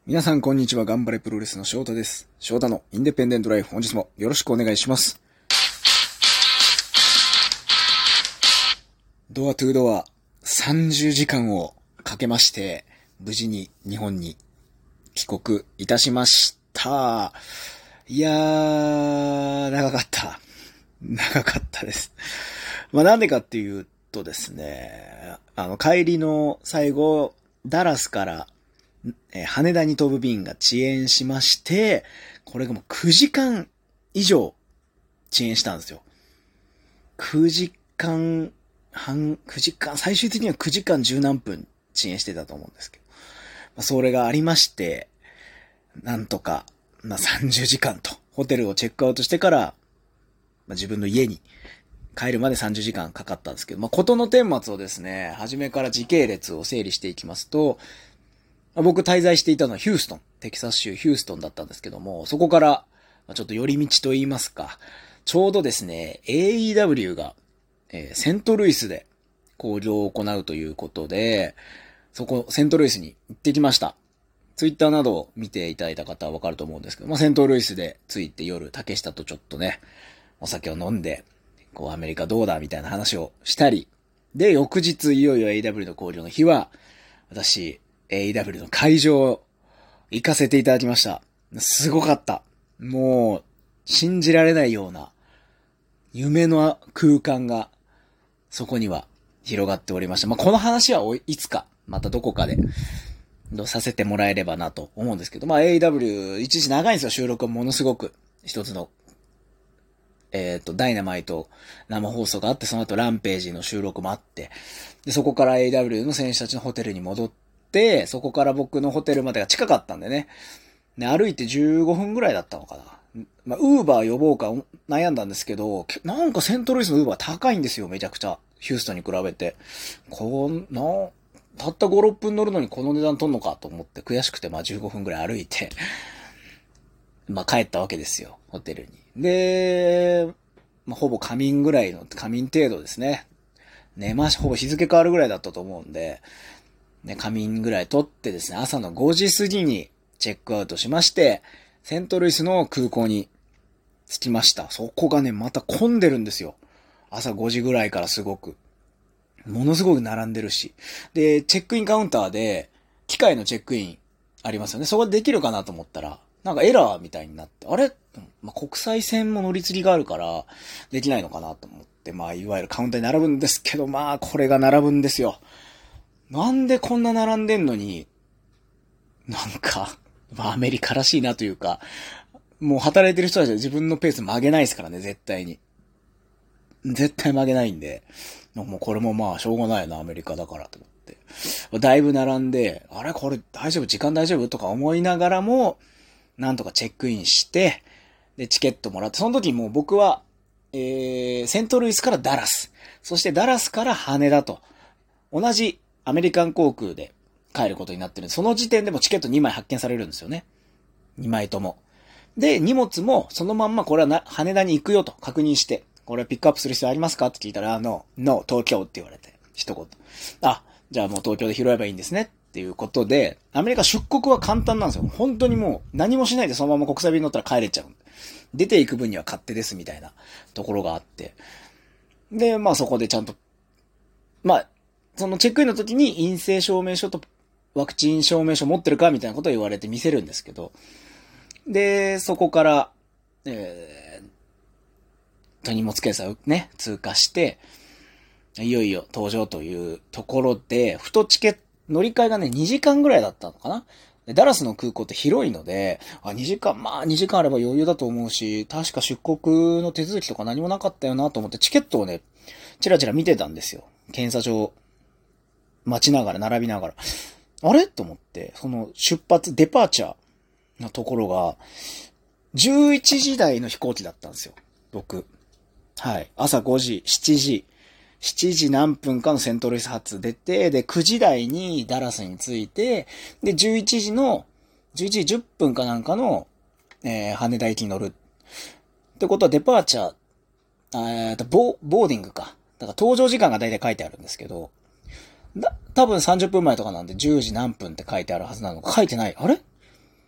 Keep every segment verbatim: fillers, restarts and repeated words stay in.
皆さんこんにちは。頑張れプロレスの翔太です。翔太のインデペンデントライフ、本日もよろしくお願いします。ドアトゥードアさんじゅうじかんをかけまして、無事に日本に帰国いたしました。いやー、長かった。長かったです。まあなんでかっていうとですね、あの帰りの最後、ダラスからえー、羽田に飛ぶ便が遅延しまして、これがもうくじかん以上遅延したんですよ。くじかんはん、くじかん、最終的にはくじかんじゅうなんぷん遅延してたと思うんですけど。まあ、それがありまして、なんとか、まあ、さんじゅうじかんと、ホテルをチェックアウトしてから、まあ、自分の家に帰るまでさんじゅうじかんかかったんですけど、まあ、ことの顛末をですね、初めから時系列を整理していきますと、僕滞在していたのはヒューストン、テキサス州ヒューストンだったんですけども、そこからちょっと寄り道と言いますか、ちょうどですね、エーイーダブリュー が、えー、セントルイスで興行を行うということで、そこ、セントルイスに行ってきました。ツイッターなどを見ていただいた方はわかると思うんですけど、まあ、セントルイスで着いて夜、竹下とちょっとね、お酒を飲んで、こうアメリカどうだみたいな話をしたり、で、翌日いよいよ エーイーダブリュー の興行の日は、私、エーイーダブリュー の会場行かせていただきました。すごかった。もう、信じられないような、夢の空間が、そこには広がっておりました。まあ、この話はいつか、またどこかで、させてもらえればなと思うんですけど、まあ、エーイーダブリュー、一時長いんですよ、収録はものすごく。一つの、えっと、ダイナマイト生放送があって、その後ランページの収録もあって、で、そこから エーイーダブリュー の選手たちのホテルに戻って、で、そこから僕のホテルまでが近かったんでね。ね、歩いてじゅうごふんぐらいだったのかな。まあ、ウーバー呼ぼうか悩んだんですけど、なんかセントルイスのウーバー高いんですよ、めちゃくちゃ。ヒューストンに比べて。こんな、たったご、ろっぷん乗るのにこの値段取んのかと思って悔しくて、まあじゅうごふんぐらい歩いて、まあ帰ったわけですよ、ホテルに。で、まあほぼ仮眠ぐらいの、仮眠程度ですね。寝まし、ほぼ日付変わるぐらいだったと思うんで、ね、仮眠ぐらい取ってですね、朝のごじ過ぎにチェックアウトしまして、セントルイスの空港に着きました。そこがね、また混んでるんですよ。朝ごじぐらいからすごく。ものすごく並んでるし。で、チェックインカウンターで、機械のチェックインありますよね。そこでできるかなと思ったら、なんかエラーみたいになって、あれ、まあ、国際線も乗り継ぎがあるから、できないのかなと思って、まあ、いわゆるカウンターに並ぶんですけど、まあ、これが並ぶんですよ。なんでこんな並んでんのに、なんか、まあアメリカらしいなというか、もう働いてる人たちは自分のペース曲げないですからね、絶対に。絶対曲げないんで、もうこれもまあしょうがないよな、アメリカだからと思って。だいぶ並んで、あれこれ大丈夫時間大丈夫とか思いながらも、なんとかチェックインして、で、チケットもらって、その時もう僕は、えー、セントルイスからダラス、そしてダラスから羽田と、同じアメリカン航空で帰ることになってるんで、その時点でもチケットにまい発見されるんですよね。にまいとも。で、荷物もそのまんまこれはな羽田に行くよと確認して、これはピックアップする必要ありますかって聞いたら、あの、ノー、東京って言われて、一言。あ、じゃあもう東京で拾えばいいんですねっていうことで、アメリカ出国は簡単なんですよ。本当にもう何もしないでそのまま国際便に乗ったら帰れちゃう。出ていく分には勝手ですみたいなところがあって。で、まあそこでちゃんと、まあ、そのチェックインの時に陰性証明書とワクチン証明書持ってるかみたいなことを言われて見せるんですけど、で、そこから、えー、手荷物検査をね、通過して、いよいよ登場というところで、ふとチケット、乗り換えがね、にじかんぐらいだったのかな。ダラスの空港って広いので、あ、にじかん、まあにじかんあれば余裕だと思うし、確か出国の手続きとか何もなかったよなと思って、チケットをね、チラチラ見てたんですよ。検査場、待ちながら、並びながら。あれと思って、その出発、デパーチャーのところが、じゅういちじ台の飛行機だったんですよ。僕。はい。朝ごじ、しちじ、しちじ何分かのセントルイス発出て、で、くじ台にダラスに着いて、で、じゅういちじの、じゅういちじじゅっぷんかなんかの、えー、羽田行きに乗る。ってことは、デパーチャー、えーと、ボ、ボーディングか。だから搭乗時間が大体書いてあるんですけど、だ、多分さんじゅっぷんまえとかなんでじゅうじ何分って書いてあるはずなのか書いてない。あれ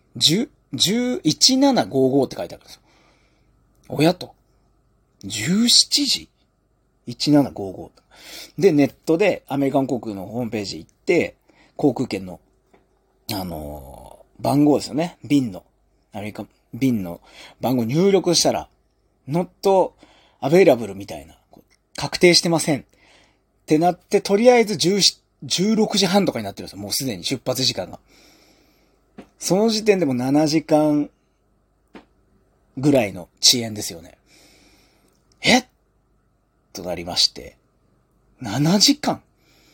じゅう、いちななごーごーって書いてあるんですよ。親と。じゅうしちじ ?いちななごーごー。で、ネットでアメリカン航空のホームページ行って、航空券の、あのー、番号ですよね。便の。アメリカ、便の番号入力したら、not available みたいな。確定してません。ってなって、とりあえずじゅうしち、じゅうろくじはんとかになってるんですよ。もうすでに出発時間が。その時点でもななじかんぐらいの遅延ですよね。えとなりまして。ななじかん ?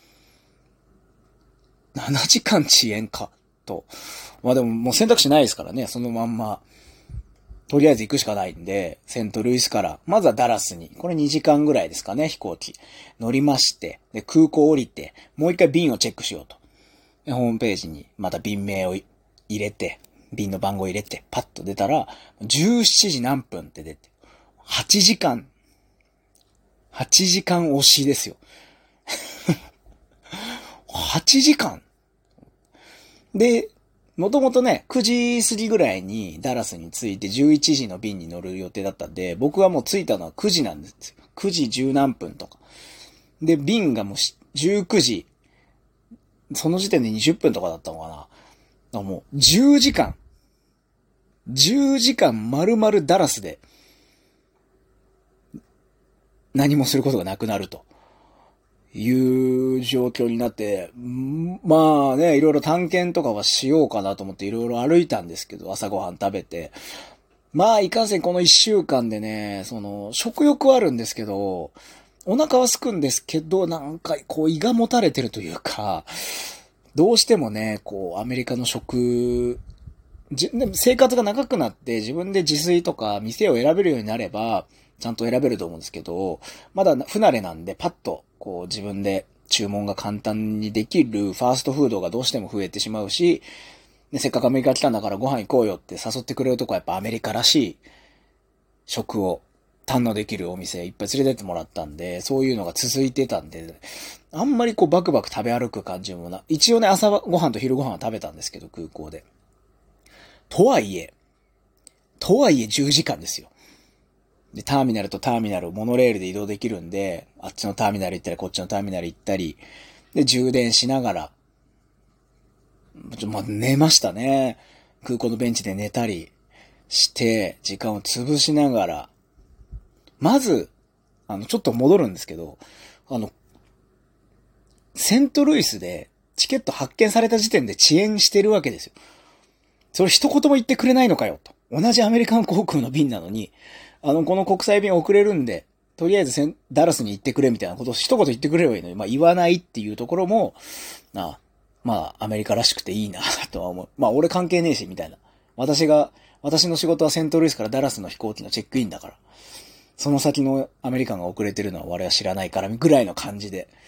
なな 時間遅延か。と。まあでももう選択肢ないですからね。そのまんま。とりあえず行くしかないんで、セントルイスから、まずはダラスに、これにじかんぐらいですかね、飛行機。乗りまして、で、空港降りて、もう一回便をチェックしようと。でホームページにまた便名を入れて、便の番号入れて、パッと出たら、じゅうしちじ何分って出て、はちじかん、はちじかん押しですよ。はちじかんで、もともとね、くじ過ぎぐらいにダラスに着いてじゅういちじの便に乗る予定だったんで、僕はもう着いたのはくじなんですよ。くじじゅう何分とか。で、便がもうじゅうくじ、その時点でにじゅっぷんとかだったのかな。もうじゅうじかん。じゅうじかん丸々ダラスで何もすることがなくなるという状況になって、まあね、いろいろ探検とかはしようかなと思っていろいろ歩いたんですけど、朝ごはん食べて。まあいかんせんこの一週間でね、その食欲はあるんですけど、お腹は空くんですけど、なんかこう胃がもたれてるというか、どうしてもね、こうアメリカの食、じ生活が長くなって自分で自炊とか店を選べるようになれば、ちゃんと選べると思うんですけど、まだ不慣れなんでパッとこう自分で注文が簡単にできるファーストフードがどうしても増えてしまうし、でせっかくアメリカ来たんだからご飯行こうよって誘ってくれるとこはやっぱアメリカらしい食を堪能できるお店いっぱい連れてってもらったんで、そういうのが続いてたんで、あんまりこうバクバク食べ歩く感じもな、一応ね朝ご飯と昼ご飯は食べたんですけど空港で。とはいえ、とはいえじゅうじかんですよ。で、ターミナルとターミナルをモノレールで移動できるんで、あっちのターミナル行ったり、こっちのターミナル行ったり、で、充電しながら、まあ、寝ましたね。空港のベンチで寝たりして、時間を潰しながら、まず、あの、ちょっと戻るんですけど、あの、セントルイスでチケット発見された時点で遅延してるわけですよ。それ一言も言ってくれないのかよ、と。同じアメリカン航空の便なのに、あの、この国際便遅れるんで、とりあえずセンダラスに行ってくれみたいなことを一言言ってくれればいいのに、まあ言わないっていうところも、あまあアメリカらしくていいなとは思う。まあ俺関係ねえし、みたいな。私が、私の仕事はセントルイスからダラスの飛行機のチェックインだから。その先のアメリカンが遅れてるのは我は知らないから、ぐらいの感じで、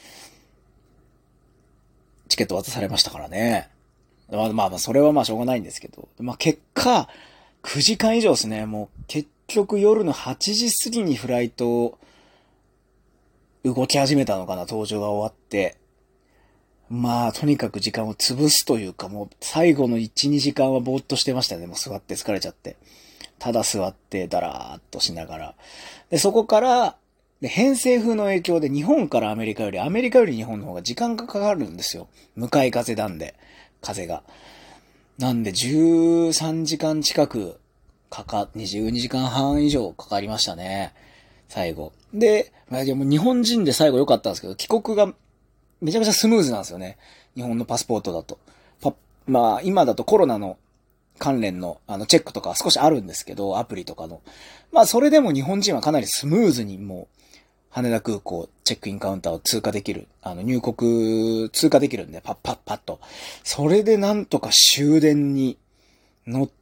チケット渡されましたからね。まあまあまあ、それはまあしょうがないんですけど。まあ結果、くじかん以上ですね。もう結局夜のはちじ過ぎにフライト動き始めたのかな、搭乗が終わって。まあ、とにかく時間を潰すというか、もう最後のいち、にじかんはぼーっとしてましたね。もう座って疲れちゃって。ただ座ってだらーっとしながら。で、そこから、で、偏西風の影響で日本からアメリカより、アメリカより日本の方が時間がかかるんですよ。向かい風なんで、風が。なんでじゅうさんじかん近くかか、にじゅうにじかんはん以上かかりましたね。最後。で、まあ、でも日本人で最後良かったんですけど、帰国がめちゃめちゃスムーズなんですよね。日本のパスポートだと。パまあ、今だとコロナの関連のあのチェックとか少しあるんですけど、アプリとかの。まあ、それでも日本人はかなりスムーズにもう、羽田空港チェックインカウンターを通過できる。あの、入国通過できるんで、パッパッパッと。それでなんとか終電に乗って、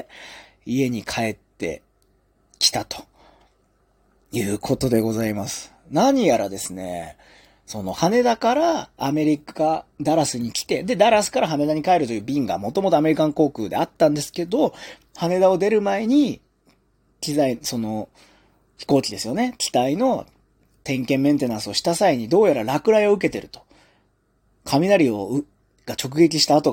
家に帰ってきたということでございます。何やらですね、その羽田からアメリカ、ダラスに来て、で、ダラスから羽田に帰るという便がもともとアメリカン航空であったんですけど、羽田を出る前に、機材、その、飛行機ですよね。機体の点検メンテナンスをした際にどうやら落雷を受けてると。雷を、が直撃した跡がある。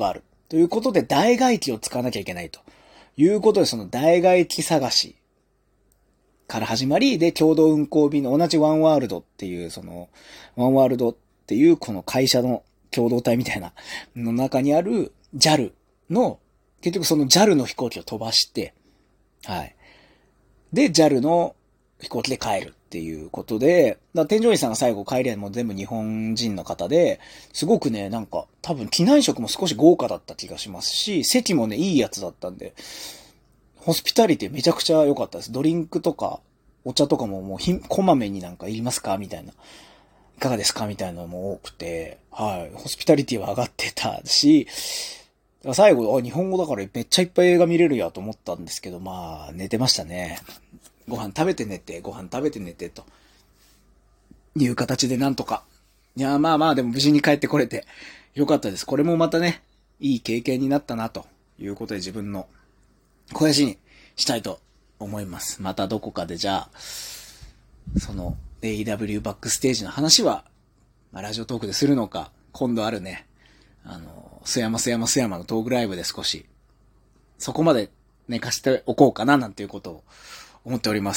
ということで、代替機を使わなきゃいけないということで、その代替機探しから始まり、で、共同運航便の同じワンワールドっていう、その、ワンワールドっていうこの会社の共同体みたいなの中にある ジャル の、結局その ジャル の飛行機を飛ばして、はい。で、ジャル の飛行機で帰るっていうことで、だ添乗員さんが最後帰りはもう全部日本人の方で、すごくね、なんか多分機内食も少し豪華だった気がしますし、席もね、いいやつだったんで、ホスピタリティめちゃくちゃ良かったです。ドリンクとか、お茶とかももうひ、こまめになんかいりますかみたいな。いかがですかみたいなのも多くて、はい。ホスピタリティは上がってたし、最後、あ、日本語だからめっちゃいっぱい映画見れるやと思ったんですけど、まあ、寝てましたね。ご飯食べて寝て、ご飯食べて寝て、という形でなんとか。いや、まあまあ、でも無事に帰ってこれてよかったです。これもまたね、いい経験になったな、ということで自分の肥やしにしたいと思います。またどこかでじゃあ、その エーイーダブリュー バックステージの話は、まあ、ラジオトークでするのか、今度あるね、あの、須山須山須山のトークライブで少し、そこまで寝かしておこうかななんていうことを思っております。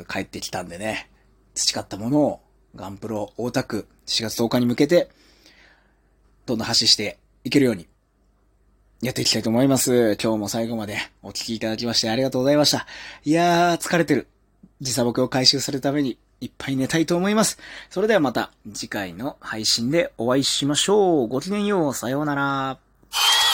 帰ってきたんでね、培ったものをガンプロ大田区しがつとおかに向けて、どんどん発信していけるように、やっていきたいと思います。今日も最後までお聞きいただきましてありがとうございました。いやー、疲れてる。時差ボケを回収するためにいっぱい寝たいと思います。それではまた次回の配信でお会いしましょう。ごきげんよう。さようなら。